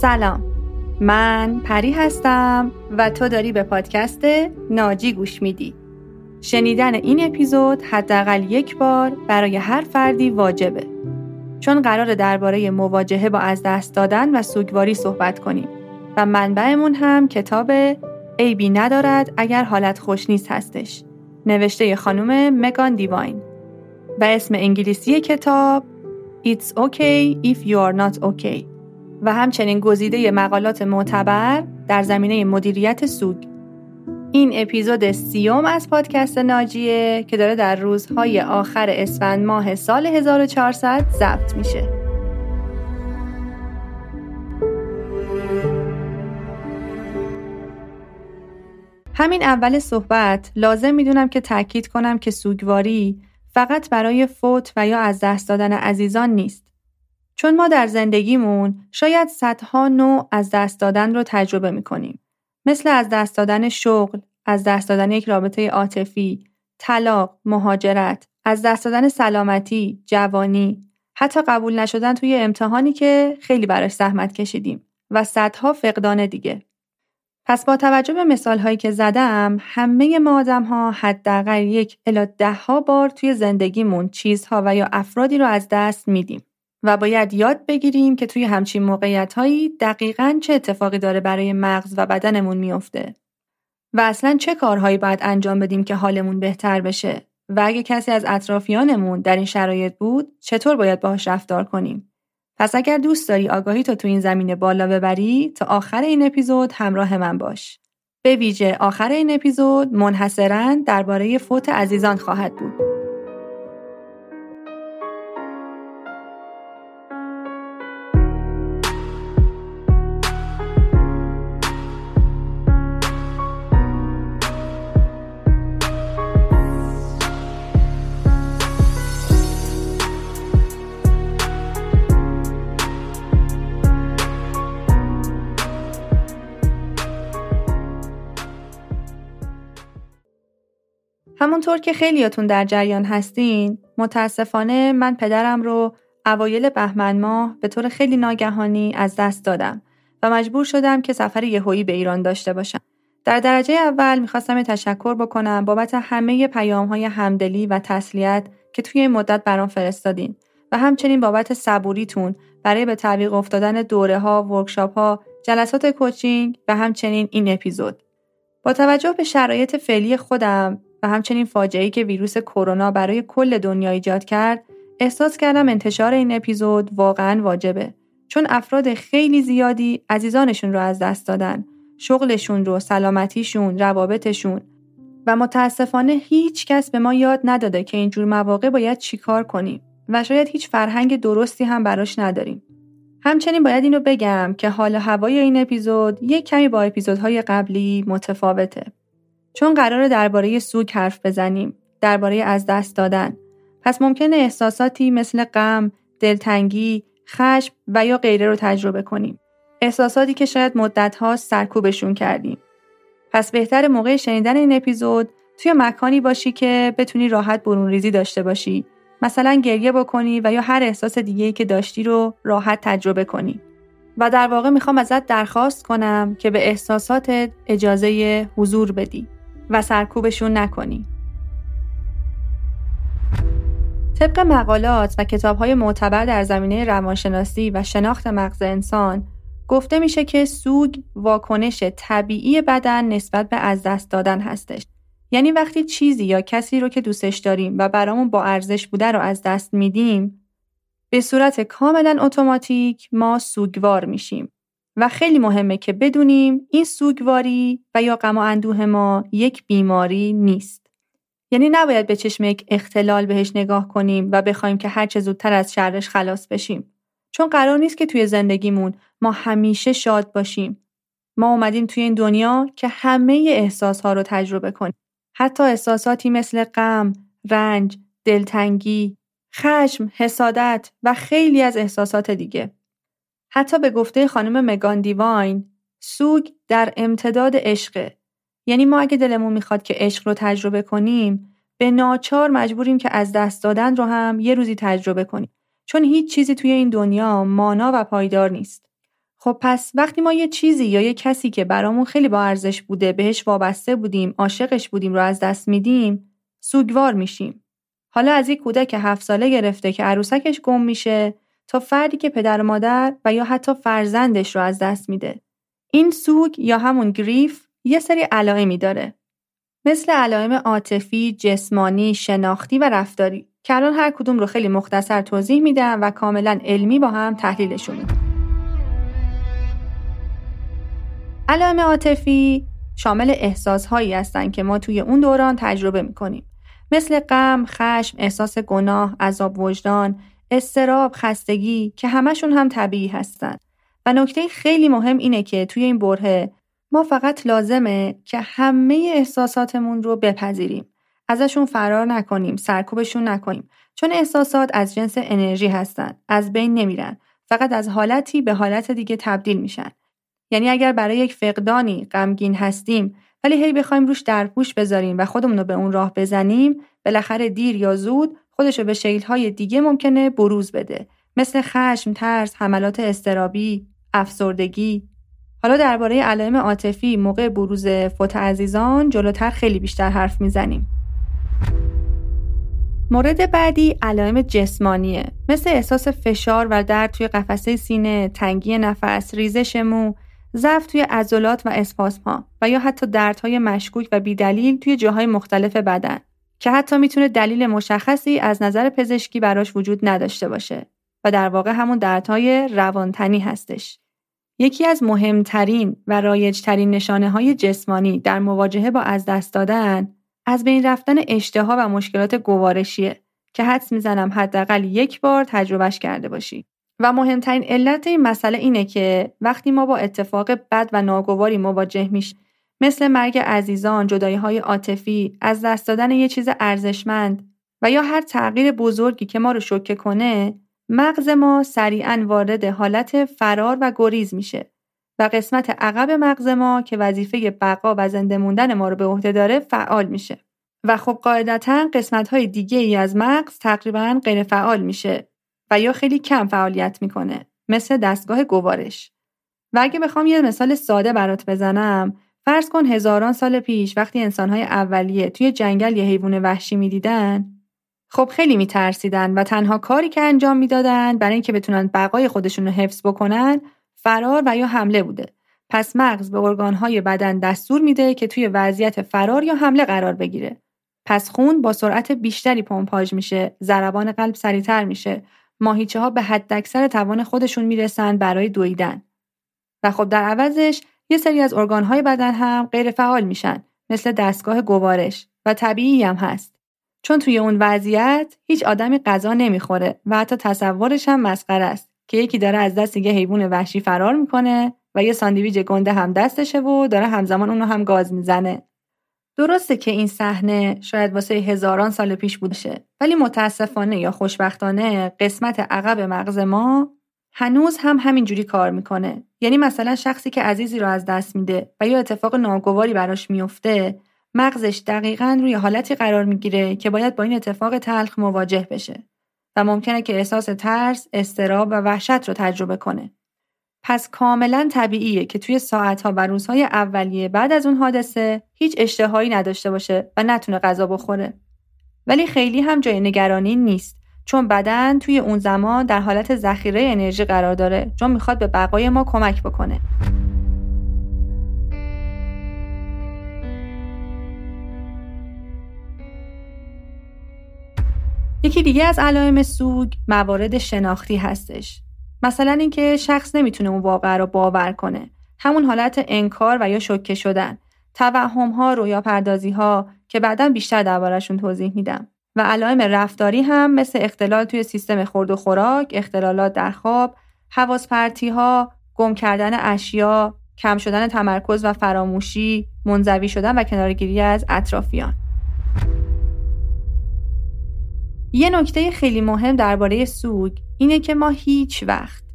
سلام، من پری هستم و تو داری به پادکست ناجی گوش میدی. شنیدن این اپیزود حداقل یک بار برای هر فردی واجبه، چون قراره درباره مواجهه با از دست دادن و سوگواری صحبت کنیم و منبعمون هم کتاب عیبی ندارد اگر حالت خوش نیست هستش، نوشته خانم مگان دیواین و اسم انگلیسی کتاب It's okay if you are not okay و همچنین گزیده مقالات معتبر در زمینه مدیریت سوگ. این اپیزود 30 از پادکست ناجیه که داره در روزهای آخر اسفند ماه سال 1400 ضبط میشه. همین اول صحبت لازم میدونم که تأکید کنم که سوگواری فقط برای فوت و یا از دست دادن عزیزان نیست. چون ما در زندگیمون شاید صدها نوع از دست دادن رو تجربه میکنیم. مثل از دست دادن شغل، از دست دادن یک رابطه عاطفی، طلاق، مهاجرت، از دست دادن سلامتی، جوانی، حتی قبول نشدن توی امتحانی که خیلی براش زحمت کشیدیم و صدها فقدان دیگه. پس با توجه به مثال‌هایی که زدم، همه ما آدم‌ها حداقل 1 الی 10 بار توی زندگیمون چیزها و یا افرادی رو از دست میدیم و باید یاد بگیریم که توی همچین موقعیت‌هایی دقیقاً چه اتفاقی داره برای مغز و بدنمون میفته و اصلاً چه کارهایی باید انجام بدیم که حالمون بهتر بشه و اگه کسی از اطرافیانمون در این شرایط بود چطور باید باهاش رفتار کنیم. پس اگر دوست داری آگاهی تو این زمینه بالا ببری تا آخر این اپیزود همراه من باش. به ویژه آخر این اپیزود منحصراً درباره فوت عزیزان خواهد بود. همونطور که خیلیاتون در جریان هستین، متاسفانه من پدرم رو اوایل بهمن ماه به طور خیلی ناگهانی از دست دادم و مجبور شدم که سفر یهویی به ایران داشته باشم. در درجه اول میخواستم تشکر بکنم بابت همه پیام‌های همدلی و تسلیت که توی این مدت برام فرستادین و همچنین بابت صبوریتون برای به تعویق افتادن دوره‌ها، ورکشاپ‌ها، جلسات کوچینگ و همچنین این اپیزود. با توجه به شرایط فعلی خودم و همچنین فاجعه‌ای که ویروس کرونا برای کل دنیا ایجاد کرد، احساس کردم انتشار این اپیزود واقعاً واجبه. چون افراد خیلی زیادی عزیزانشون رو از دست دادن، شغلشون رو، سلامتیشون، روابطشون و متاسفانه هیچ کس به ما یاد نداده که اینجور مواقع باید چیکار کنیم و شاید هیچ فرهنگ درستی هم براش نداریم. همچنین باید اینو بگم که حال و هوای این اپیزود یک کمی با اپیزودهای قبلی متفاوته. چون قراره درباره سوگ حرف بزنیم، درباره از دست دادن. پس ممکنه احساساتی مثل غم، دلتنگی، خشم و یا غیره رو تجربه کنیم. احساساتی که شاید مدت‌ها سرکوبشون کردیم. پس بهتر موقع شنیدن این اپیزود توی مکانی باشی که بتونی راحت برون ریزی داشته باشی. مثلا گریه بکنی و یا هر احساس دیگه‌ای که داشتی رو راحت تجربه کنی. و در واقع میخوام ازت درخواست کنم که به احساساتت اجازه حضور بدی و سرکوبشون نکنی. طبق مقالات و کتاب‌های معتبر در زمینه روانشناسی و شناخت مغز انسان گفته میشه که سوگ واکنش طبیعی بدن نسبت به از دست دادن هستش. یعنی وقتی چیزی یا کسی رو که دوستش داریم و برامون با ارزش بوده رو از دست میدیم، به صورت کاملا اتوماتیک ما سوگوار میشیم. و خیلی مهمه که بدونیم این سوگواری و یا غم و اندوه ما یک بیماری نیست. یعنی نباید به چشم یک اختلال بهش نگاه کنیم و بخوایم که هر چه زودتر از شرش خلاص بشیم. چون قرار نیست که توی زندگیمون ما همیشه شاد باشیم. ما اومدیم توی این دنیا که همه احساسها رو تجربه کنیم. حتی احساساتی مثل غم، رنج، دلتنگی، خشم، حسادت و خیلی از احساسات دیگه. حتی به گفته خانم مگان دیواین، سوگ در امتداد عشقه. یعنی ما اگه دلمون میخواد که عشق رو تجربه کنیم، به ناچار مجبوریم که از دست دادن رو هم یه روزی تجربه کنیم. چون هیچ چیزی توی این دنیا مانا و پایدار نیست. خب پس وقتی ما یه چیزی یا یه کسی که برامون خیلی با ارزش بوده، بهش وابسته بودیم، عاشقش بودیم رو از دست میدیم، سوگوار میشیم. حالا از یک کودک 7 ساله گرفته که عروسکش گم میشه تا فردی که پدر و مادر و یا حتی فرزندش رو از دست میده. این سوگ یا همون گریف یه سری علائمی داره. مثل علائم عاطفی، جسمانی، شناختی و رفتاری که الان هر کدوم رو خیلی مختصر توضیح میدم و کاملا علمی با هم تحلیلشون میدم. علائم عاطفی شامل احساسهایی هستن که ما توی اون دوران تجربه میکنیم. مثل غم، خشم، احساس گناه، عذاب وجدان، اضطراب، خستگی که همشون هم طبیعی هستن. و نکته خیلی مهم اینه که توی این برهه ما فقط لازمه که همه احساساتمون رو بپذیریم. ازشون فرار نکنیم، سرکوبشون نکنیم. چون احساسات از جنس انرژی هستن. از بین نمیرن. فقط از حالتی به حالت دیگه تبدیل میشن. یعنی اگر برای یک فقدانی غمگین هستیم ولی هی بخوایم روش درپوش بذاریم و خودمون رو به اون راه بزنیم، بالاخره دیر یا زود خودش رو به شکل‌های دیگه ممکنه بروز بده. مثل خشم، ترس، حملات اضطرابی، افسردگی. حالا درباره علائم عاطفی موقع بروز فوت عزیزان جلوتر خیلی بیشتر حرف میزنیم. مورد بعدی علائم جسمانیه. مثل احساس فشار و درد توی قفسه سینه، تنگی نفس، ریزش مو، ضعف توی عضلات و اسپاسم‌ها و یا حتی دردهای مشکوک و بی‌دلیل توی جاهای مختلف بدن که حتی میتونه دلیل مشخصی از نظر پزشکی براش وجود نداشته باشه و در واقع همون دردهای روانتنی هستش. یکی از مهمترین و رایجترین نشانه‌های جسمانی در مواجهه با از دست دادن از بین رفتن اشتها و مشکلات گوارشیه که حدس میزنم حداقل یک بار تجربهش کرده باشی. و مهمترین علت این مسئله اینه که وقتی ما با اتفاق بد و ناگواری مواجه میشیم، مثل مرگ عزیزان، جدایی‌های عاطفی، از دست دادن یه چیز ارزشمند و یا هر تغییر بزرگی که ما رو شوکه کنه، مغز ما سریعاً وارد حالت فرار و گریز میشه و قسمت عقب مغز ما که وظیفه بقا و زنده موندن ما رو به عهده داره فعال میشه. و خب قاعدتاً قسمت‌های دیگه‌ای از مغز تقریباً غیر فعال میشه و یا خیلی کم فعالیت میکنه، مثل دستگاه گوارش. و اگه بخوام یه مثال ساده برات بزنم، فرض کن هزاران سال پیش وقتی انسان‌های اولیه توی جنگل یه حیوان وحشی میدیدن، خب خیلی میترسیدن و تنها کاری که انجام میدادن برای اینکه بتونن بقای خودشون رو حفظ بکنن، فرار و یا حمله بوده. پس مغز به ارگان‌های بدن دستور میده که توی وضعیت فرار یا حمله قرار بگیره. پس خون با سرعت بیشتری پمپاژ میشه، ضربان قلب سریعتر میشه، ماهیچه‌ها به حداکثر توان خودشون میرسن برای دویدن. و خب در عوضش یه سری از ارگان‌های بدن هم غیر فعال میشن، مثل دستگاه گوارش و طبیعی هم هست. چون توی اون وضعیت هیچ آدمی غذا نمیخوره و حتی تصورش هم مسخره است که یکی داره از دست یه حیوان وحشی فرار میکنه و یه ساندویچ گنده هم دستشه و داره همزمان اونو هم گاز میزنه. درسته که این صحنه شاید واسه هزاران سال پیش بوده، ولی متاسفانه یا خوشبختانه قسمت عقب مغز ما هنوز هم همینجوری کار میکنه. یعنی مثلا شخصی که عزیزی رو از دست میده و یا اتفاق ناگواری براش میفته، مغزش دقیقاً روی حالتی قرار میگیره که باید با این اتفاق تلخ مواجه بشه و ممکنه که احساس ترس، اضطراب و وحشت رو تجربه کنه. پس کاملاً طبیعیه که توی ساعت‌ها و روزهای اولیه بعد از اون حادثه هیچ اشتهایی نداشته باشه و نتونه غذا بخوره. ولی خیلی هم جای نگرانی نیست، چون بدن توی اون زمان در حالت ذخیره انرژی قرار داره، چون میخواد به بقای ما کمک بکنه. یکی دیگه از علائم سوگ موارد شناختی هستش. مثلا اینکه شخص نمیتونه اون واقعه رو باور کنه. همون حالت انکار و یا شوکه شدن، توهم‌ها، رویاپردازی‌ها که بعداً بیشتر درباره‌شون توضیح میدم. و علائم رفتاری هم مثل اختلال توی سیستم خورد و خوراک، اختلالات در خواب، حواس پرتی‌ها، گم کردن اشیا، کم شدن تمرکز و فراموشی، منزوی شدن و کنارگیری از اطرافیان. یه نکته خیلی مهم درباره سوگ اینه که ما هیچ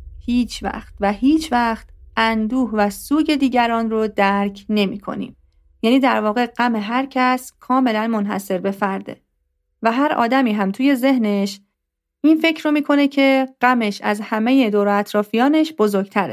وقت اندوه و سوگ دیگران رو درک نمی کنیم. یعنی در واقع غم هر کس کاملا منحصر به فرده و هر آدمی هم توی ذهنش این فکر رو میکنه که غمش از همه دور و اطرافیانش بزرگتره.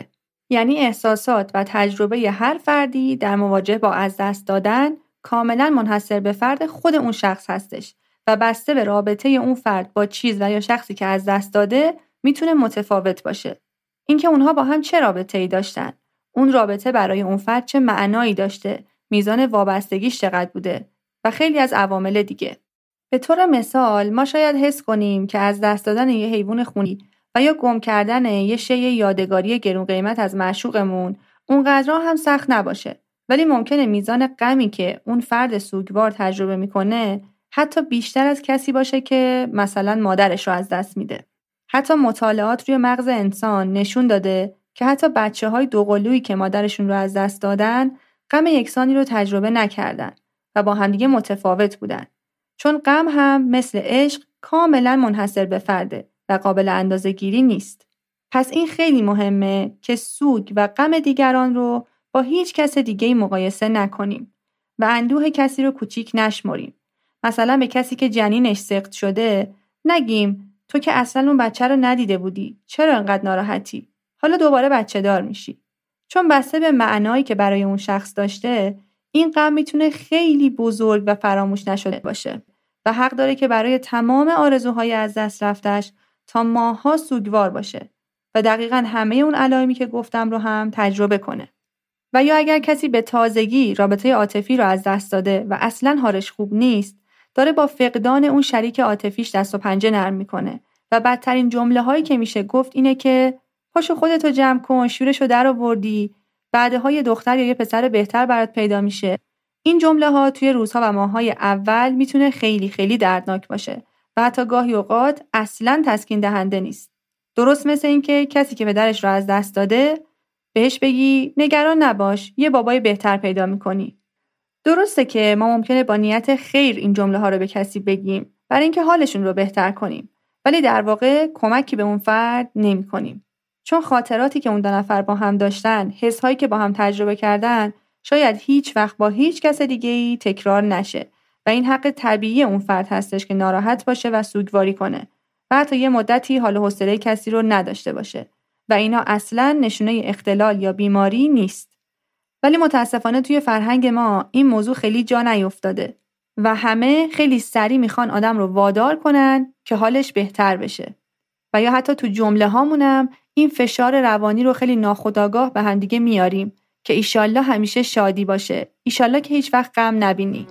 یعنی احساسات و تجربه هر فردی در مواجهه با از دست دادن کاملا منحصر به فرد خود اون شخص هستش و بسته به رابطه اون فرد با چیز و یا شخصی که از دست داده میتونه متفاوت باشه. اینکه اونها با هم چه رابطه‌ای داشتن، اون رابطه برای اون فرد چه معنایی داشته، میزان وابستگیش چقدر بوده و خیلی از عوامل دیگه. به طور مثال ما شاید حس کنیم که از دست دادن یه حیوان خونی و یا گم کردن یه شی یادگاری گرون قیمت از معشوقمون اونقدر هم سخت نباشه، ولی ممکنه میزان غمی که اون فرد سوگوار تجربه میکنه حتی بیشتر از کسی باشه که مثلا مادرش رو از دست میده. حتی مطالعات روی مغز انسان نشون داده که حتی بچه‌های دوقلویی که مادرشون رو از دست دادن غم یکسانی رو تجربه نکردن و با همدیگه متفاوت بودن. چون غم هم مثل عشق کاملا منحصر به فرده و قابل اندازه‌گیری نیست. پس این خیلی مهمه که سوگ و غم دیگران رو با هیچ کس دیگه‌ای مقایسه نکنیم و اندوه کسی رو کوچیک نشمریم. مثلا به کسی که جنینش سقط شده نگیم تو که اصلا اون بچه رو ندیده بودی، چرا انقدر ناراحتی؟ حالا دوباره بچه دار میشی. چون بسته به معنایی که برای اون شخص داشته، این غم میتونه خیلی بزرگ و فراموش نشده باشه و حق داره که برای تمام آرزوهای از دست رفتش تا ماه‌ها سوگوار باشه و دقیقاً همه اون علائمی که گفتم رو هم تجربه کنه. و یا اگر کسی به تازگی رابطه عاطفی رو از دست داده و اصلاً حالش خوب نیست، داره با فقدان اون شریک عاطفیش دست و پنجه نرم میکنه و بدترین جمله‌هایی که میشه گفت اینه که پاشو خودتو جمع کن، شورشو در آوردی، بعدها یه دختر یا یه پسر بهتر برات پیدا میشه. این جمله‌ها توی روزها و ماه‌های اول میتونه خیلی خیلی دردناک باشه و حتی گاهی اوقات اصلاً تسکین دهنده نیست. درست مثل این که کسی که پدرش رو از دست داده بهش بگی نگران نباش، یه بابای بهتر پیدا میکنی. درسته که ما ممکنه با نیت خیر این جمله‌ها رو به کسی بگیم برای اینکه حالشون رو بهتر کنیم، ولی در واقع کمکی به اون فرد نمی‌کنیم. چون خاطراتی که اون دو نفر با هم داشتن، حس‌هایی که با هم تجربه کردن، شاید هیچ وقت با هیچ کس دیگه‌ای تکرار نشه و این حق طبیعی اون فرد هستش که ناراحت باشه و سوگواری کنه و حتی یه مدتی حال و حوصله کسی رو نداشته باشه و اینا اصلاً نشونه اختلال یا بیماری نیست. ولی متاسفانه توی فرهنگ ما این موضوع خیلی جا نیفتاده و همه خیلی سریع میخوان آدم رو وادار کنن که حالش بهتر بشه و یا حتی تو جمله هامونم این فشار روانی رو خیلی ناخودآگاه به هم دیگه میاریم که ایشالله همیشه شادی باشه، ایشالله که هیچ وقت غم نبینی.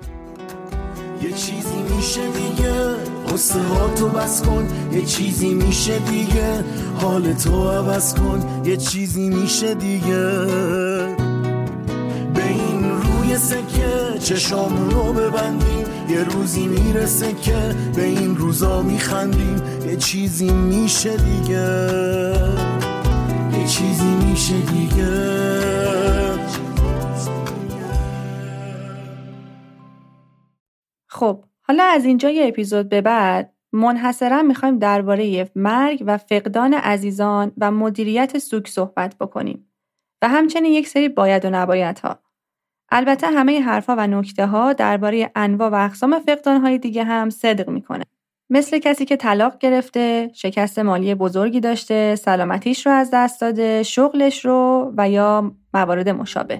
یه چیزی میشه دیگه قصه ها تو بس کن، یه چیزی میشه دیگه حال تو عوض کن، یه چیزی میشه دیگه به این روی سکه چشامون رو ببندیم، یه روزی میرسه که به این روزا میخندیم، یه چیزی میشه دیگه، یه چیزی میشه دیگه. خب حالا از اینجای اپیزود به بعد منحصراً میخوایم درباره مرگ و فقدان عزیزان و مدیریت سوگ صحبت بکنیم و همچنین یک سری باید و نبایدها. البته همه حرفا و نکته‌ها درباره انواع و اقسام فقدان‌های دیگه هم صدق میکنه. مثل کسی که طلاق گرفته، شکست مالی بزرگی داشته، سلامتیش رو از دست داده، شغلش رو و یا موارد مشابه.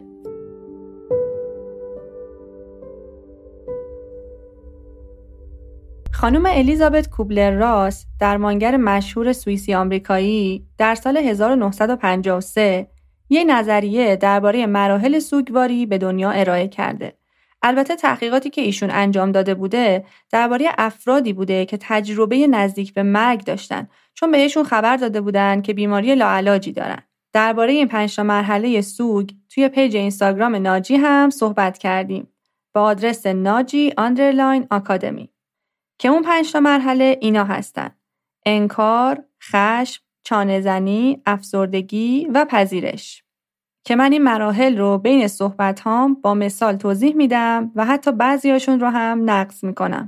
خانم الیزابت کوبلر-راس، درمانگر مشهور سوئیسی آمریکایی، در سال 1953 یک نظریه درباره مراحل سوگواری به دنیا ارائه کرده. البته تحقیقاتی که ایشون انجام داده بوده درباره افرادی بوده که تجربه نزدیک به مرگ داشتن، چون بهشون خبر داده بودن که بیماری لاعلاجی دارن. درباره این 5 مرحله سوگ توی پیج اینستاگرام ناجی هم صحبت کردیم با آدرس naji_academy که اون 5 مرحله اینا هستن: انکار، خشم، چانه‌زنی، افسردگی و پذیرش. که من این مراحل رو بین صحبت هام با مثال توضیح میدم و حتی بعضیاشون رو هم نقض میکنم.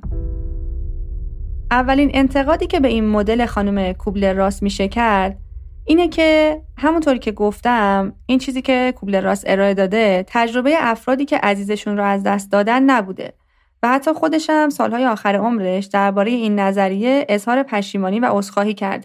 اولین انتقادی که به این مدل خانم کوبلر-راس میشه کرد اینه که همونطوری که گفتم این چیزی که کوبلر-راس ارائه داده تجربه افرادی که عزیزشون رو از دست دادن نبوده و حتی خودش هم سالهای آخر عمرش درباره این نظریه اظهار پشیمانی و عذرخواهی کرده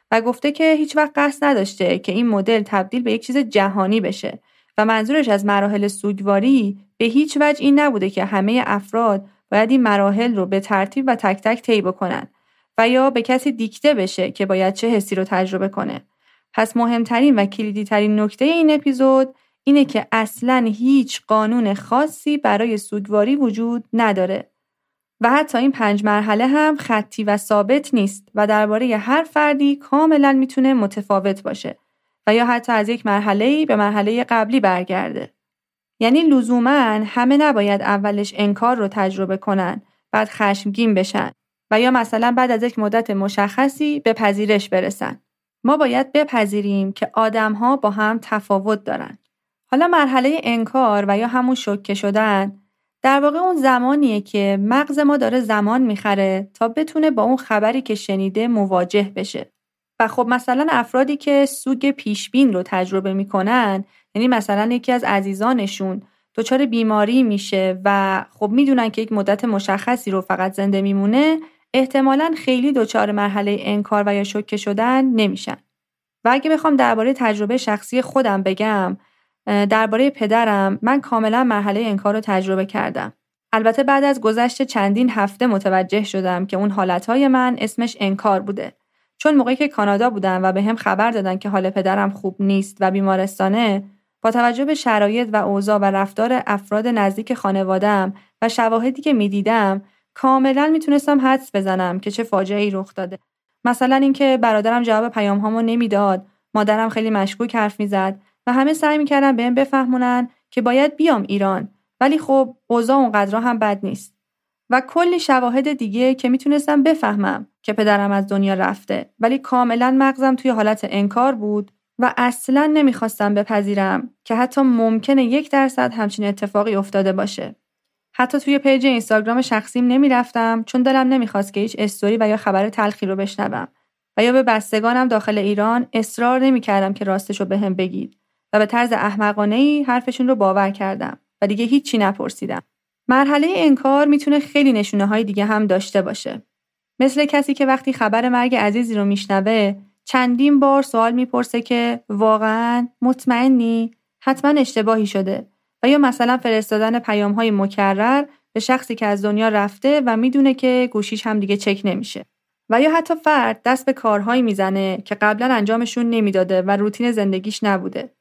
و گفته که هیچ وقت قصد نداشته که این مدل تبدیل به یک چیز جهانی بشه و منظورش از مراحل سوگواری به هیچ وجه این نبوده که همه افراد باید این مراحل رو به ترتیب و تک تک طی بکنن و یا به کسی دیکته بشه که باید چه حسی رو تجربه کنه. پس مهمترین و کلیدی ترین نکته این اپیزود اینه که اصلاً هیچ قانون خاصی برای سوگواری وجود نداره و حتی این 5 مرحله هم خطی و ثابت نیست و درباره هر فردی کاملاً میتونه متفاوت باشه و یا حتی از یک مرحله‌ای به مرحله قبلی برگرده. یعنی لزوماً همه نباید اولش انکار رو تجربه کنن، بعد خشمگین بشن و یا مثلا بعد از یک مدت مشخصی به پذیرش برسن. ما باید بپذیریم که آدم‌ها با هم تفاوت دارن. حالا مرحله انکار و یا همون شوکه شدن در واقع اون زمانیه که مغز ما داره زمان میخره تا بتونه با اون خبری که شنیده مواجه بشه. و خب مثلا افرادی که سوگ پیشبین رو تجربه میکنن، یعنی مثلا یکی از عزیزانشون دچار بیماری میشه و خب میدونن که یک مدت مشخصی رو فقط زنده میمونه، احتمالاً خیلی دچار مرحله انکار و یا شوکه شدن نمیشن. و اگه بخوام درباره تجربه شخصی خودم بگم، درباره پدرم من کاملا مرحله انکار رو تجربه کردم. البته بعد از گذشت چندین هفته متوجه شدم که اون حالتهای من اسمش انکار بوده. چون موقعی که کانادا بودم و به هم خبر دادن که حال پدرم خوب نیست و بیمارستانه، با توجه به شرایط و اوضاع و رفتار افراد نزدیک خانواده‌ام و شواهدی که می‌دیدم، کاملا میتونستم حدس بزنم که چه فاجعه‌ای رخ داده. مثلا اینکه برادرم جواب پیام‌هامو نمیداد، مادرم خیلی مشکوک حرف میزد و همه سعی میکردن بهم بفهمونن که باید بیام ایران، ولی خب اوضاع اونقدر هم بد نیست. و کلی شواهد دیگه که میتونستم بفهمم که پدرم از دنیا رفته، ولی کاملا مغزم توی حالت انکار بود و اصلا نمیخواستم بپذیرم که حتی ممکنه 1% همچین اتفاقی افتاده باشه. حتی توی پیج اینستاگرام شخصیم نمیرفتم چون دلم نمیخواست که هیچ استوری و یا خبر تلخی رو بشنوم و یا به بستگانم داخل ایران اصرار نمیکردم که راستشو بهم بگید و به طرز احمقانه‌ای حرفشون رو باور کردم و دیگه هیچی نپرسیدم. مرحله انکار میتونه خیلی نشونه‌های دیگه هم داشته باشه. مثل کسی که وقتی خبر مرگ عزیزی رو میشنوه چندین بار سوال میپرسه که واقعاً مطمئنی؟ حتما اشتباهی شده. و یا مثلا فرستادن پیام‌های مکرر به شخصی که از دنیا رفته و میدونه که گوشیش هم دیگه چک نمیشه. و یا حتی فرد دست به کارهایی میزنه که قبلا انجامشون نمیداده و روتین زندگیش نبوده.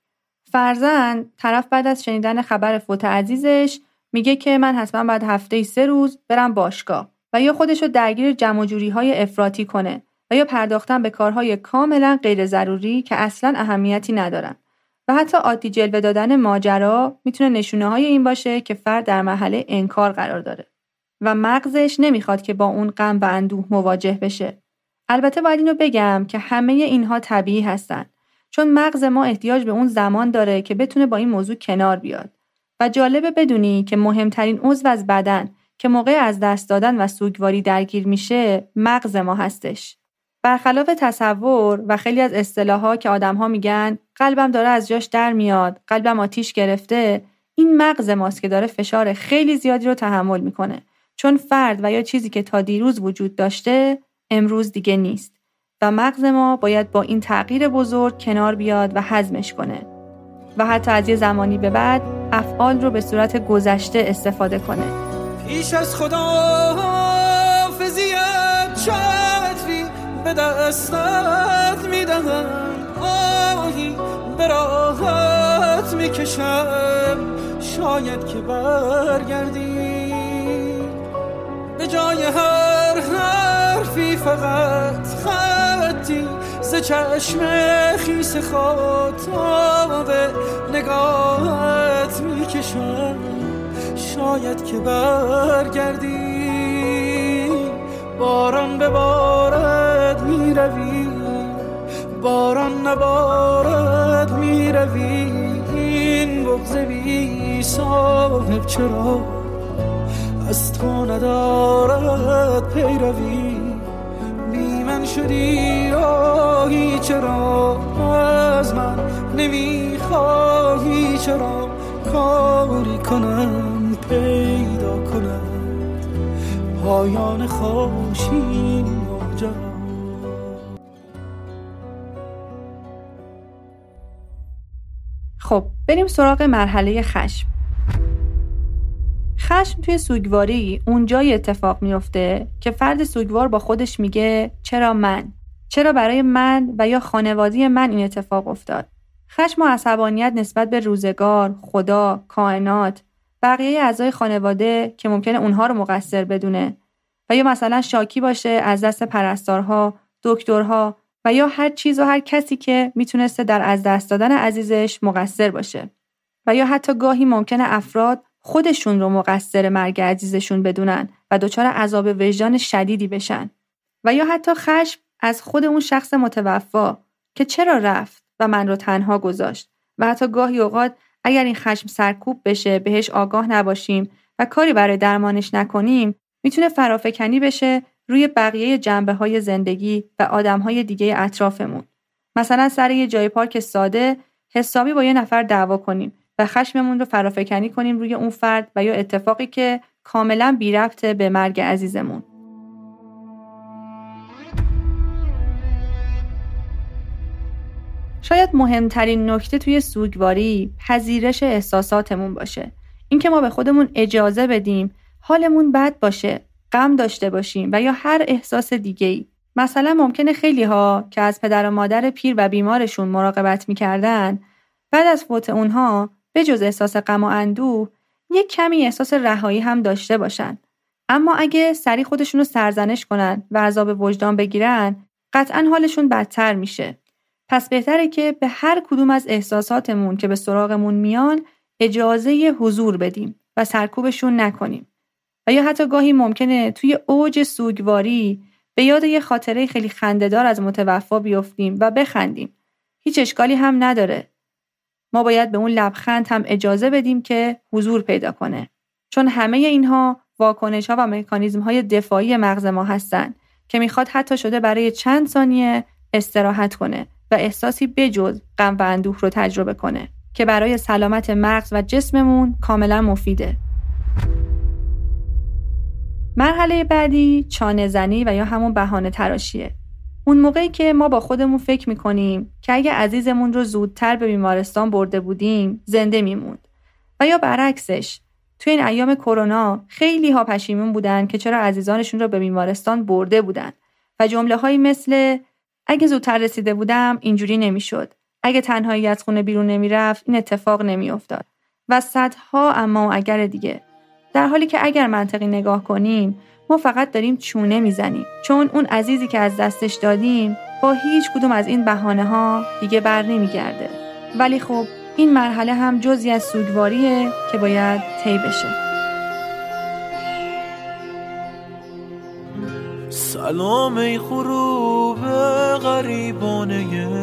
فرضاً طرف بعد از شنیدن خبر فوت عزیزش میگه که من حتما بعد هفته‌ای 3 روز برم باشگاه و یا خودشو درگیر جمع و جوری‌های افراطی کنه و یا پرداختن به کارهای کاملا غیر ضروری که اصلا اهمیتی ندارن. و حتی عادی جلوه دادن ماجرا میتونه نشونه‌های این باشه که فرد در مرحله انکار قرار داره و مغزش نمیخواد که با اون غم و اندوه مواجه بشه. البته باید اینو بگم که همه اینها طبیعی هستن، چون مغز ما احتیاج به اون زمان داره که بتونه با این موضوع کنار بیاد. و جالبه بدونی که مهمترین عضو از بدن که موقع از دست دادن و سوگواری درگیر میشه مغز ما هستش. برخلاف تصور و خیلی از اصطلاح‌ها که آدم‌ها میگن قلبم داره از جاش در میاد، قلبم آتیش گرفته، این مغز ماست که داره فشار خیلی زیادی رو تحمل میکنه، چون فرد و یا چیزی که تا دیروز وجود داشته امروز دیگه نیست و مغز ما باید با این تغییر بزرگ کنار بیاد و هضمش کنه و حتی از یه زمانی به بعد افعال رو به صورت گذشته استفاده کنه. پیش از خدا فضیت چتری به دستت میدهم، آهی به راحت میکشم، شاید که برگردی به جای هر حرفی فقط خطی ز چشم خیس خاطاب نگاهت میکشم، شاید که برگردی باران ببارد میروی، باران نبارد میروی، این بغض بی صاحب چرا از تو ندارد پیروی، بی من شدی راهی چرا از من نمیخواهی، چرا کاری کنم پیدا کنم پایان خوشی ماجرا. خب بریم سراغ مرحله خشم. خشم توی سوگواری اونجای اتفاق میفته که فرد سوگوار با خودش میگه چرا من؟ چرا برای من و یا خانواده من این اتفاق افتاد؟ خشم و عصبانیت نسبت به روزگار، خدا، کائنات، بقیه اعضای خانواده که ممکنه اونها رو مقصر بدونه و یا مثلا شاکی باشه از دست پرستارها، دکترها و یا هر چیز و هر کسی که میتونسته در از دست دادن عزیزش مقصر باشه و یا حتی گاهی ممکنه افراد خودشون رو مقصر مرگ عزیزشون بدونن و دچار عذاب وجدان شدیدی بشن و یا حتی خشم از خود اون شخص متوفی که چرا رفت و من رو تنها گذاشت و حتی گاهی اوقات اگر این خشم سرکوب بشه، بهش آگاه نباشیم و کاری برای درمانش نکنیم، میتونه فرافکنی بشه روی بقیه جنبه‌های زندگی و آدم‌های دیگه اطرافمون. مثلا سر یه جای پارک ساده حسابی با یه نفر دعوا کنیم و خشممون رو فرافکنی کنیم روی اون فرد و یا اتفاقی که کاملا بی ربطه به مرگ عزیزمون. شاید مهمترین نکته توی سوگواری پذیرش احساساتمون باشه. اینکه ما به خودمون اجازه بدیم حالمون بد باشه، غم داشته باشیم و یا هر احساس دیگه‌ای. مثلا ممکنه خیلی‌ها که از پدر و مادر پیر و بیمارشون مراقبت می‌کردن، بعد از فوت اونها به جز احساس غم و اندوه، یک کمی احساس رهایی هم داشته باشن. اما اگه سری خودشون رو سرزنش کنن و عذاب وجدان بگیرن، قطعاً حالشون بدتر میشه. پس بهتره که به هر کدوم از احساساتمون که به سراغمون میان اجازه حضور بدیم و سرکوبشون نکنیم. و یا حتی گاهی ممکنه توی اوج سوگواری به یاد یه خاطره خیلی خنده‌دار از متوفی بیفتیم و بخندیم. هیچ اشکالی هم نداره. ما باید به اون لبخند هم اجازه بدیم که حضور پیدا کنه. چون همه اینها واکنش‌ها و مکانیزم‌های دفاعی مغز ما هستن که میخواد حتی شده برای چند ثانیه استراحت کنه و احساسی بجز غم و اندوه رو تجربه کنه که برای سلامت مغز و جسممون کاملا مفیده. مرحله بعدی چانه زنی و یا همون بهانه تراشیه. اون موقعی که ما با خودمون فکر میکنیم که اگه عزیزمون رو زودتر به بیمارستان برده بودیم زنده میموند و یا برعکسش. توی این ایام کرونا خیلی ها پشیمون بودن که چرا عزیزانشون رو به بیمارستان برده بودن و جمله هایی مثل اگه زودتر رسیده بودم اینجوری نمیشد، اگه تنهایی از خونه بیرون نمیرفت این اتفاق نمیافتاد و صدها اما و اگر دیگه. در حالی که اگر منطقی نگاه کنیم ما فقط داریم چونه میزنیم، چون اون عزیزی که از دستش دادیم با هیچ کدوم از این بهانه ها دیگه بر نمیگرده. ولی خب این مرحله هم جزئی از سوگواریه که باید طی بشه. سلام ای غروب غریبانه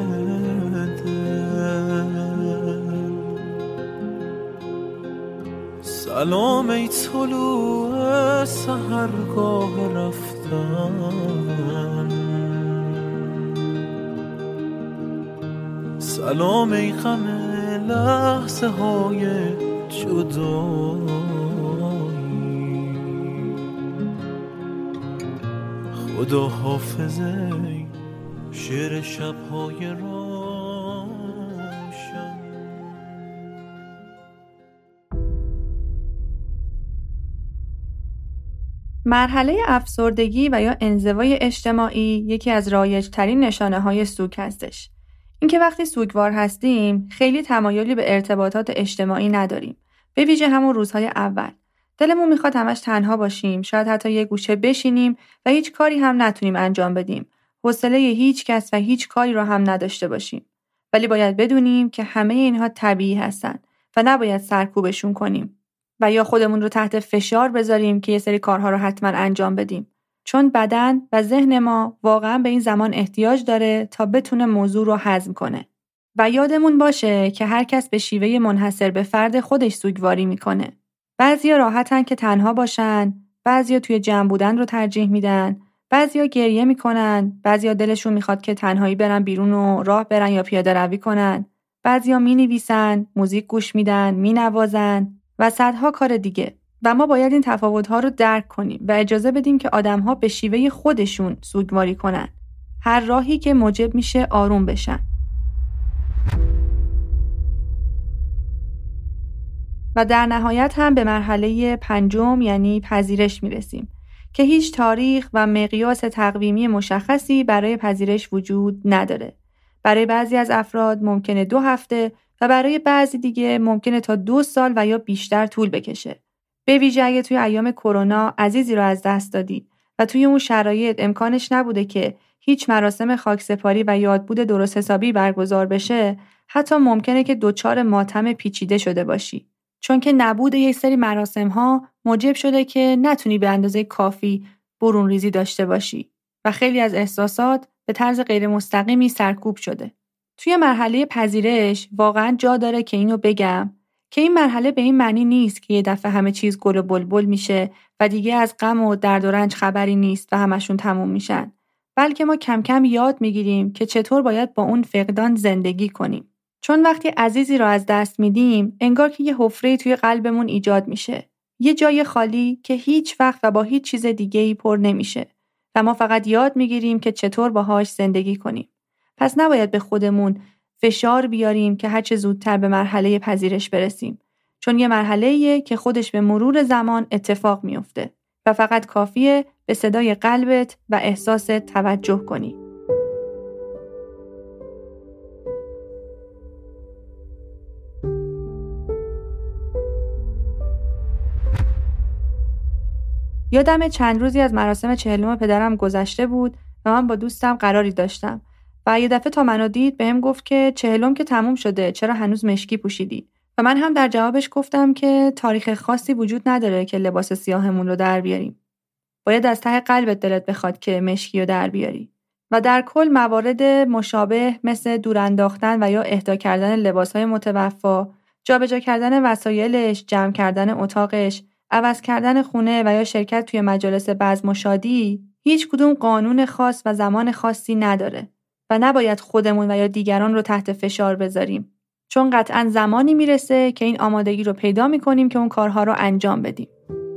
سلام ای طلوع سحرگاه رفتن سلام ای غم لحظه های جدایی خدا حافظه شعر شب‌های روشن. مرحله افسردگی و یا انزوای اجتماعی یکی از رایج‌ترین نشانه‌های سوگ هستش. اینکه وقتی سوگوار هستیم خیلی تمایلی به ارتباطات اجتماعی نداریم. به ویژه همون روزهای اول. دلمون میخواد همش تنها باشیم، شاید حتی یه گوشه بشینیم و هیچ کاری هم نتونیم انجام بدیم. حوصله هیچ کس و هیچ کاری رو هم نداشته باشیم. ولی باید بدونیم که همه اینها طبیعی هستن و نباید سرکوبشون کنیم و یا خودمون رو تحت فشار بذاریم که یه سری کارها رو حتما انجام بدیم. چون بدن و ذهن ما واقعا به این زمان احتیاج داره تا بتونه موضوع رو هضم کنه. و یادمون باشه که هر کس به شیوه منحصر به فرد خودش سوگواری میکنه. بعضیا راحتن که تنها باشن، بعضیا توی جمع بودن رو ترجیح میدن، بعضیا گریه میکنن، بعضیا دلشون میخواد که تنهایی برن بیرون و راه برن یا پیاده روی کنن، بعضیا مینویسن، موزیک گوش میدن، مینوازن و صدها کار دیگه. و ما باید این تفاوت‌ها رو درک کنیم و اجازه بدیم که آدم‌ها به شیوه خودشون سوگواری کنن. هر راهی که موجب میشه آروم بشن. و در نهایت هم به مرحله 5 یعنی پذیرش میرسیم که هیچ تاریخ و مقیاس تقویمی مشخصی برای پذیرش وجود نداره. برای بعضی از افراد ممکنه 2 هفته و برای بعضی دیگه ممکنه تا 2 سال و یا بیشتر طول بکشه. به ویژه اگه توی ایام کرونا عزیزی رو از دست دادی و توی اون شرایط امکانش نبوده که هیچ مراسم خاکسپاری و یادبود درست حسابی برگزار بشه، حتی ممکنه که دچار ماتم پیچیده شده باشی. چون که نبود یک سری مراسم‌ها موجب شده که نتونی به اندازه کافی برون ریزی داشته باشی و خیلی از احساسات به طرز غیر مستقیمی سرکوب شده. توی مرحله پذیرش واقعاً جا داره که اینو بگم که این مرحله به این معنی نیست که یه دفعه همه چیز گل و بلبل میشه و دیگه از غم و درد و رنج خبری نیست و همشون تموم میشن، بلکه ما کم کم یاد میگیریم که چطور باید با اون فقدان زندگی کنیم. چون وقتی عزیزی رو از دست میدیم انگار که یه حفره توی قلبمون ایجاد میشه، یه جای خالی که هیچ وقت و با هیچ چیز دیگه‌ای پر نمیشه و ما فقط یاد میگیریم که چطور باهاش زندگی کنیم. پس نباید به خودمون فشار بیاریم که هر چه زودتر به مرحله پذیرش برسیم، چون یه مرحله‌ایه که خودش به مرور زمان اتفاق میفته و فقط کافیه به صدای قلبت و احساست توجه کنی. یادم چند روزی از مراسم 40 پدرم گذشته بود و من با دوستم قراری داشتم و یه دفعه تا منو دید بهم گفت که 40 که تموم شده، چرا هنوز مشکی پوشیدی؟ و من هم در جوابش گفتم که تاریخ خاصی وجود نداره که لباس سیاهمون رو در بیاریم. باید از ته قلبت دلت بخواد که مشکی رو در بیاری. و در کل موارد مشابه مثل دور انداختن و یا اهدا کردن لباس‌های متوفا، جابجا کردن وسایلش، جمع کردن اتاقش، عوض کردن خونه و یا شرکت توی مجالس بزم و شادی، هیچ کدوم قانون خاص و زمان خاصی نداره و نباید خودمون و یا دیگران رو تحت فشار بذاریم، چون قطعاً زمانی میرسه که این آمادگی رو پیدا میکنیم که اون کارها رو انجام بدیم.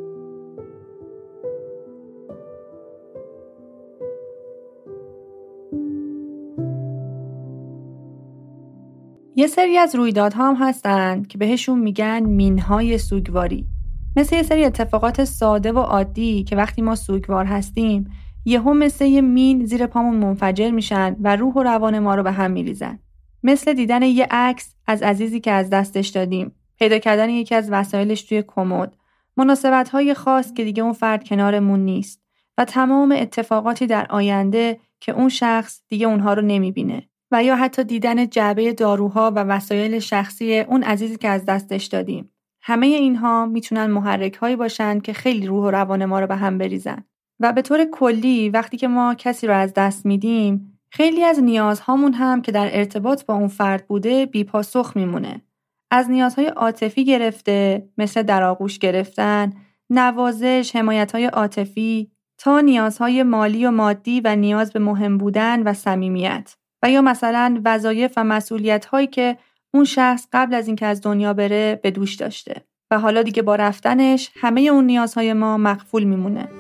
یه سری از رویدادها هم هستن که بهشون میگن مینهای سوگواری. مثل یه سری اتفاقات ساده و عادی که وقتی ما سوگوار هستیم یهو مثل یه مین زیر پامون منفجر میشن و روح و روان ما رو به هم میریزن. مثل دیدن یه عکس از عزیزی که از دستش دادیم، پیدا کردن یکی از وسایلش توی کمد، مناسبت‌های خاص که دیگه اون فرد کنارمون نیست و تمام اتفاقاتی در آینده که اون شخص دیگه اونها رو نمیبینه، و یا حتی دیدن جعبه داروها و وسایل شخصی اون عزیزی که از دستش دادیم. همه اینها میتونن محرک‌هایی باشن که خیلی روح و روان ما رو به هم بریزن. و به طور کلی وقتی که ما کسی رو از دست میدیم، خیلی از نیازهامون هم که در ارتباط با اون فرد بوده بی‌پاسخ میمونه. از نیازهای عاطفی گرفته، مثل در آغوش گرفتن، نوازش، حمایت‌های عاطفی، تا نیازهای مالی و مادی و نیاز به مهم بودن و صمیمیت. و یا مثلا وظایف و مسئولیت‌هایی که اون شخص قبل از اینکه از دنیا بره به دوش داشته و حالا دیگه با رفتنش همه اون نیازهای ما مقفول میمونه.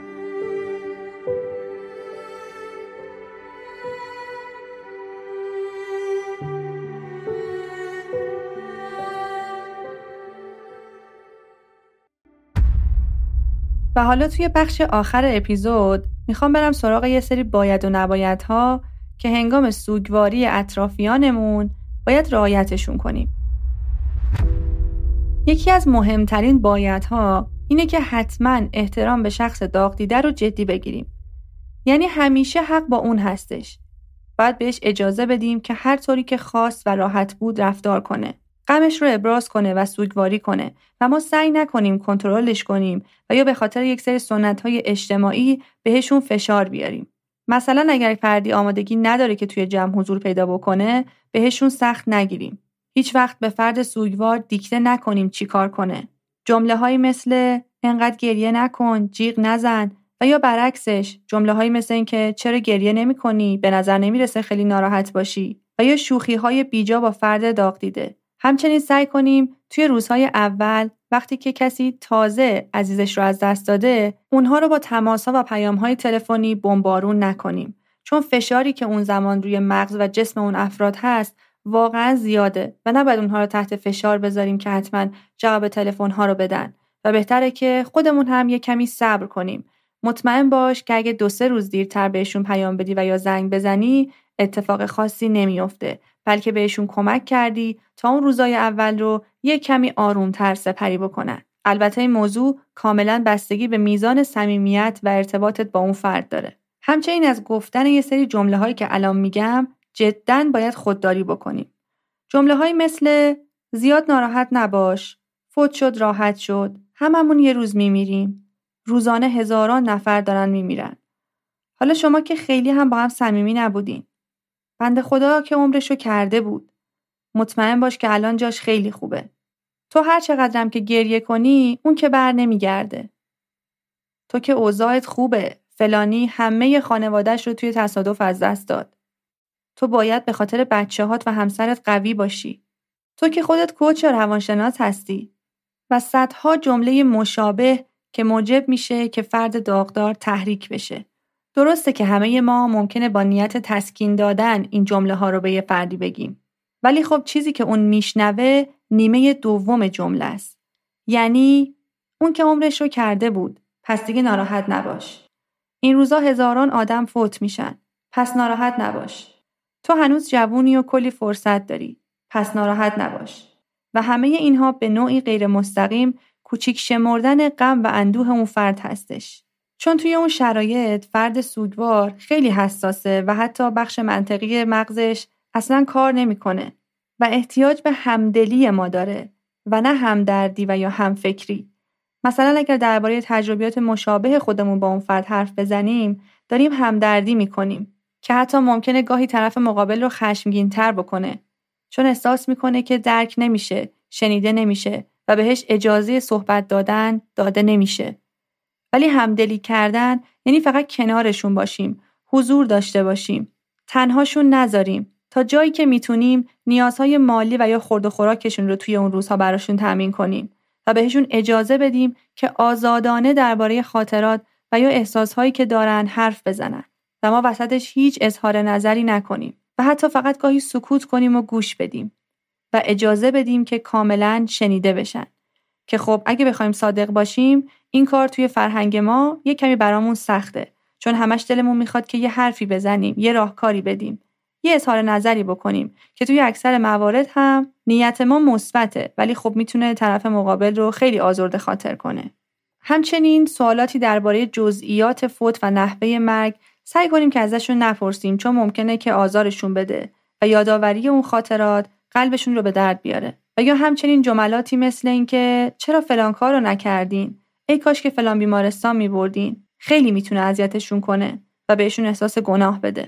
و حالا توی بخش آخر اپیزود میخوام برم سراغ یه سری باید و نبایدها که هنگام سوگواری اطرافیانمون باید رعایتشون کنیم. یکی از مهمترین بایدها اینه که حتما احترام به شخص داغ دیده رو جدی بگیریم. یعنی همیشه حق با اون هستش. باید بهش اجازه بدیم که هر طوری که خواست و راحت بود رفتار کنه. غمش رو ابراز کنه و سوگواری کنه و ما سعی نکنیم کنترلش کنیم و یا به خاطر یک سری سنت‌های اجتماعی بهشون فشار بیاریم. مثلا اگر فردی آمادگی نداره که توی جمع حضور پیدا بکنه، بهشون سخت نگیریم. هیچ وقت به فرد سوگوار دیکته نکنیم چی کار کنه. جمله‌هایی مثل انقدر گریه نکن، جیغ نزن و یا برعکسش جمله‌هایی مثل این که چرا گریه نمی‌کنی، به نظر نمیرسه خیلی ناراحت باشی و یا شوخی‌های بیجا با فرد داغ دیده. همچنین سعی کنیم توی روزهای اول وقتی که کسی تازه عزیزش رو از دست داده، اونها رو با تماس‌ها و پیام‌های تلفنی بمبارون نکنیم. چون فشاری که اون زمان روی مغز و جسم اون افراد هست، واقعا زیاده و نباید اونها رو تحت فشار بذاریم که حتما جواب تلفن‌ها رو بدن و بهتره که خودمون هم یه کمی صبر کنیم. مطمئن باش که اگه 2-3 روز دیرتر بهشون پیام بدی و یا زنگ بزنی اتفاق خاصی نمیفته، بلکه بهشون کمک کردی تا اون روزای اول رو یه کمی آرومتر سپری بکنن. البته این موضوع کاملا بستگی به میزان صمیمیت و ارتباطت با اون فرد داره. همچنین از گفتن یه سری جمله‌هایی که الان میگم جداً باید خودداری بکنیم. جمله‌هایی مثل زیاد ناراحت نباش، فوت شد راحت شد، هممون یه روز میمیریم، روزانه هزاران نفر دارن میمیرن. حالا شما که خیلی هم با هم صمیمی نبودین. بنده خدا که عمرشو کرده بود. مطمئن باش که الان جاش خیلی خوبه. تو هر چقدرم که گریه کنی اون که بر نمیگرده. تو که اوضاعت خوبه، فلانی همه خانواده‌اش رو توی تصادف از دست داد. تو باید به خاطر بچه‌هات و همسرت قوی باشی. تو که خودت کوچ روانشناس هستی. و صدها جمله مشابه که موجب میشه که فرد داغدار تحریک بشه. درسته که همه ما ممکنه با نیت تسکین دادن این جمله ها رو به یه فردی بگیم. ولی خب چیزی که اون میشنوه نیمه دوم جمله است. یعنی اون که عمرش رو کرده بود، پس دیگه ناراحت نباش. این روزا هزاران آدم فوت میشن، پس ناراحت نباش. تو هنوز جوونی و کلی فرصت داری، پس ناراحت نباش. و همه اینها به نوعی غیر مستقیم کوچیک شمردن غم و اندوه اون فرد هستش. چون توی اون شرایط فرد سوگوار خیلی حساسه و حتی بخش منطقی مغزش اصلاً کار نمیکنه و احتیاج به همدلی ما داره و نه همدردی و یا همفکری. مثلا اگر درباره تجربیات مشابه خودمون با اون فرد حرف بزنیم، داریم همدردی میکنیم که حتی ممکنه گاهی طرف مقابل رو خشمگین‌تر بکنه. چون احساس میکنه که درک نمیشه، شنیده نمیشه و بهش اجازه صحبت داده نمیشه. ولی همدلی کردن یعنی فقط کنارشون باشیم، حضور داشته باشیم، تنهاشون نذاریم، تا جایی که میتونیم نیازهای مالی و یا خورد و خوراکشون رو توی اون روزها براشون تامین کنیم و بهشون اجازه بدیم که آزادانه درباره خاطرات و یا احساسهایی که دارن حرف بزنن و ما وسطش هیچ اظهار نظری نکنیم و حتی فقط گاهی سکوت کنیم و گوش بدیم و اجازه بدیم که کاملاً شنیده بشن. که خب اگه بخوایم صادق باشیم این کار توی فرهنگ ما یه کمی برامون سخته، چون همش دلمون میخواد که یه حرفی بزنیم، یه راهکاری بدیم، یه اظهار نظری بکنیم که توی اکثر موارد هم نیت ما مثبته، ولی خب میتونه طرف مقابل رو خیلی آزرده خاطر کنه. همچنین سوالاتی درباره جزئیات فوت و نحوه مرگ سعی کنیم که ازشون نپرسیم، چون ممکنه که آزارشون بده و یادآوری اون خاطرات قلبشون رو به درد بیاره. و یا همچنین جملاتی مثل این که چرا فلان کار رو نکردین؟ ای کاش که فلان بیمارستان میبردین. خیلی میتونه اذیتشون کنه و بهشون احساس گناه بده.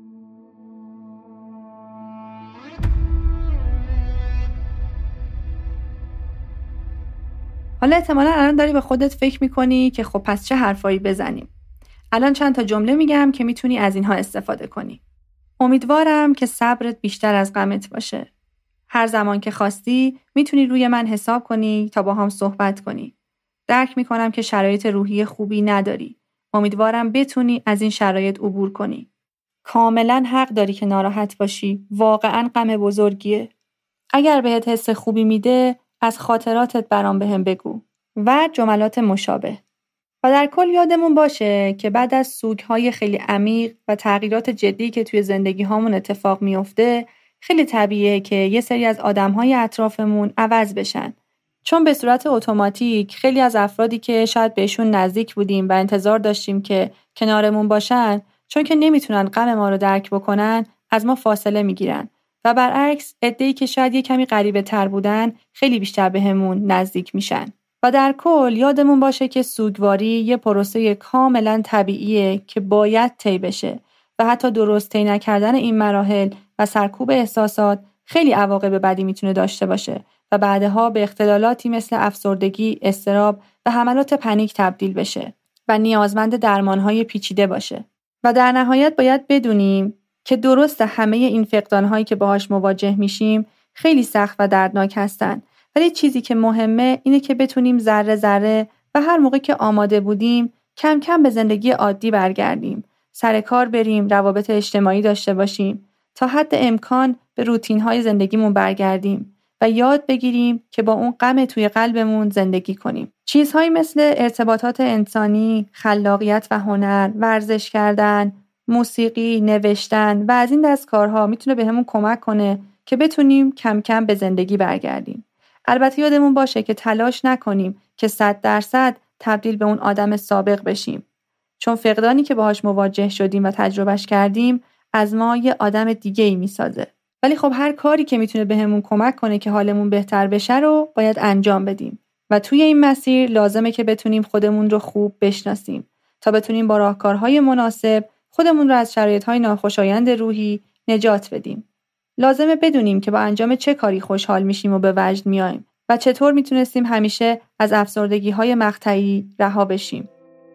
حالا احتمالاً الان داری به خودت فکر میکنی که خب پس چه حرفایی بزنیم؟ الان چند تا جمله میگم که میتونی از اینها استفاده کنی. امیدوارم که صبرت بیشتر از غمت باشه. هر زمان که خواستی میتونی روی من حساب کنی تا با هم صحبت کنی. درک میکنم که شرایط روحی خوبی نداری. امیدوارم بتونی از این شرایط عبور کنی. کاملا حق داری که ناراحت باشی. واقعا غم بزرگیه. اگر بهت حس خوبی میده از خاطراتت برام بهم بگو. و جملات مشابه. و در کل یادمون باشه که بعد از سوگهای خیلی عمیق و تغییرات جدی که توی زندگی هامون اتفاق میفته، خیلی طبیعیه که یه سری از آدم‌های اطرافمون عوض بشن. چون به صورت اتوماتیک خیلی از افرادی که شاید بهشون نزدیک بودیم و انتظار داشتیم که کنارمون باشن، چون که نمیتونن غم ما رو درک بکنن، از ما فاصله میگیرن. و برعکس عده‌ای که شاید یه کمی غریبه تر بودن، خیلی بیشتر بهمون نزدیک میشن. و در کل یادمون باشه که سوگواری یه پروسه کاملا طبیعیه که باید طی بشه و حتی درست طی نکردن این مراحل و سرکوب احساسات خیلی عواقب بدی میتونه داشته باشه و بعدها به اختلالاتی مثل افسردگی، اضطراب و حملات پنیک تبدیل بشه و نیازمند درمانهای پیچیده باشه. و در نهایت باید بدونیم که درست همه این فقدانهایی که باهاش مواجه میشیم خیلی سخت و دردناک هستن، ولی چیزی که مهمه اینه که بتونیم ذره ذره و هر موقع که آماده بودیم کم کم به زندگی عادی برگردیم، سر کار بریم، روابط اجتماعی داشته باشیم، تا حد امکان به روتین‌های زندگیمون برگردیم و یاد بگیریم که با اون غم توی قلبمون زندگی کنیم. چیزهایی مثل ارتباطات انسانی، خلاقیت و هنر، ورزش کردن، موسیقی، نوشتن و از این دست کارها میتونه بهمون کمک کنه که بتونیم کم کم به زندگی برگردیم. البته یادمون باشه که تلاش نکنیم که 100% تبدیل به اون آدم سابق بشیم. چون فقدانی که باهاش مواجه شدیم و تجربهش کردیم از ما یه آدم دیگه‌ای میسازه. ولی خب هر کاری که میتونه بهمون کمک کنه که حالمون بهتر بشه رو باید انجام بدیم. و توی این مسیر لازمه که بتونیم خودمون رو خوب بشناسیم تا بتونیم با راهکارهای مناسب خودمون رو از شرایط‌های ناخوشایند روحی نجات بدیم. لازمه بدونیم که با انجام چه کاری خوشحال میشیم و به وجد میایم و چطور میتونستیم همیشه از افسردگی‌های مقطعی رها بشیم.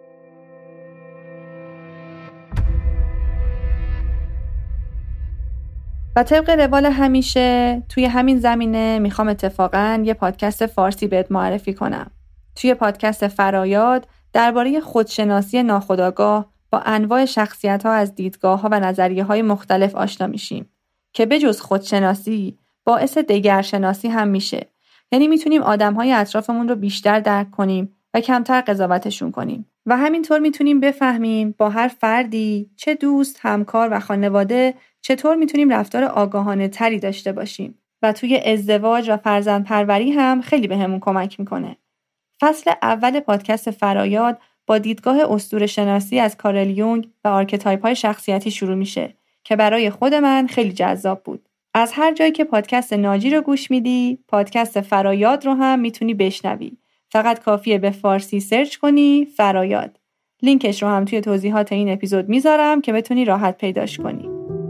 و طبق روال همیشه توی همین زمینه میخوام اتفاقاً یه پادکست فارسی بهت معرفی کنم. توی پادکست فرایاد درباره خودشناسی ناخودآگاه با انواع شخصیت‌ها از دیدگاه‌ها و نظریه‌های مختلف آشنا میشیم که بجز خودشناسی باعث دگرشناسی هم میشه. یعنی میتونیم آدم‌های اطرافمون رو بیشتر درک کنیم و کمتر قضاوتشون کنیم. و همینطور میتونیم بفهمیم با هر فردی، چه دوست، همکار و خانواده، چطور میتونیم رفتار آگاهانه تری داشته باشیم و توی ازدواج و فرزندپروری هم خیلی بهمون کمک میکنه. فصل اول پادکست فرایاد با دیدگاه اسطوره‌شناسی از کارل یونگ و آرکتایپ‌های شخصیتی شروع میشه که برای خود من خیلی جذاب بود. از هر جایی که پادکست ناجی رو گوش میدی، پادکست فرایاد رو هم میتونی بشنوی. فقط کافیه به فارسی سرچ کنی فرایاد. لینکش رو هم توی توضیحات این اپیزود میذارم که بتونی راحت پیداش کنی.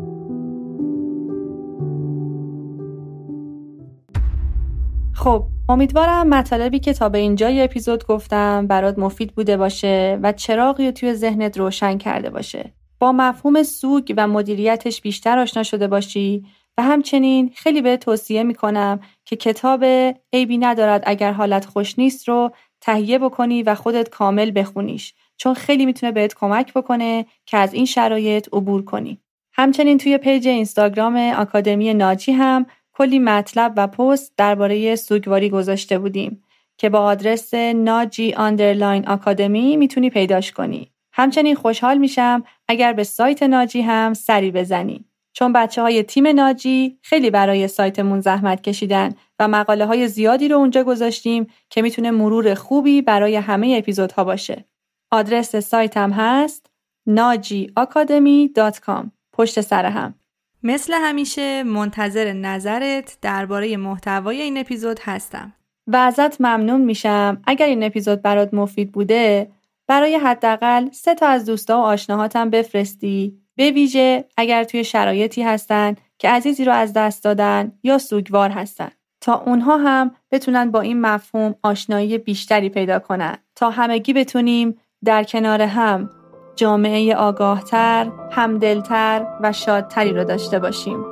خب، امیدوارم مطالبی که تا به اینجای اپیزود گفتم برات مفید بوده باشه و چراغی توی ذهنت روشن کرده باشه. با مفهوم سوگ و مدیریتش بیشتر آشنا شده باشی و همچنین خیلی به توصیه میکنم که کتاب عیبی ندارد اگر حالت خوش نیست رو تهیه بکنی و خودت کامل بخونیش، چون خیلی میتونه بهت کمک بکنه که از این شرایط عبور کنی. همچنین توی پیج اینستاگرام آکادمی ناجی هم کلی مطلب و پست درباره سوگواری گذاشته بودیم که با آدرس naji_academy میتونی پیداش کنی. همچنین خوشحال میشم اگر به سایت ناجی هم سری بزنی، چون بچه‌های تیم ناجی خیلی برای سایتمون زحمت کشیدن و مقاله‌های زیادی رو اونجا گذاشتیم که میتونه مرور خوبی برای همه اپیزودها باشه. آدرس سایتم هست najiacademy.com پشت سر هم. مثل همیشه منتظر نظرت درباره محتوای این اپیزود هستم و ازت ممنون میشم اگر این اپیزود برات مفید بوده برای حداقل 3 تا از دوستا و آشناهاتم بفرستی، به ویژه اگر توی شرایطی هستن که عزیزی رو از دست دادن یا سوگوار هستن، تا اونها هم بتونن با این مفهوم آشنایی بیشتری پیدا کنن، تا همگی بتونیم در کنار هم جامعه آگاهتر، همدلتر و شادتری رو داشته باشیم.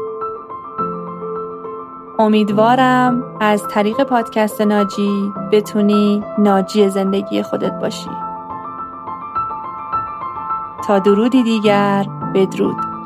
امیدوارم از طریق پادکست ناجی بتونی ناجی زندگی خودت باشی. تا درودی دیگر، بدرود.